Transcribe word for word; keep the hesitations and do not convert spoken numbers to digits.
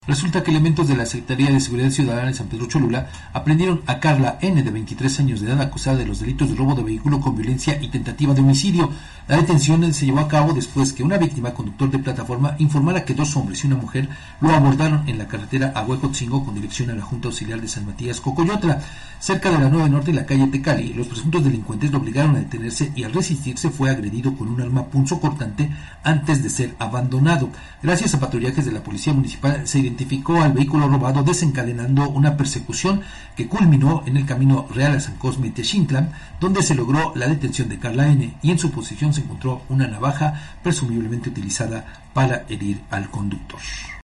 Resulta que elementos de la Secretaría de Seguridad Ciudadana de San Pedro Cholula aprendieron a Carla N., de veintitrés años de edad, acusada de los delitos de robo de vehículo con violencia y tentativa de homicidio. La detención se llevó a cabo después que una víctima, conductor de plataforma, informara que dos hombres y una mujer lo abordaron en la carretera Ahuecotzingo con dirección a la Junta Auxiliar de San Matías Cocoyotla, cerca de la nueve Norte y la calle Tecali. Los presuntos delincuentes lo obligaron a detenerse y al resistirse fue agredido con un arma punzocortante antes de ser abandonado. Gracias a patrullajes de la Policía Municipal se identificó al vehículo robado, desencadenando una persecución que culminó en el camino real a San Cosme y Texintlan, donde se logró la detención de Carla N. y en su posesión se encontró una navaja presumiblemente utilizada para herir al conductor.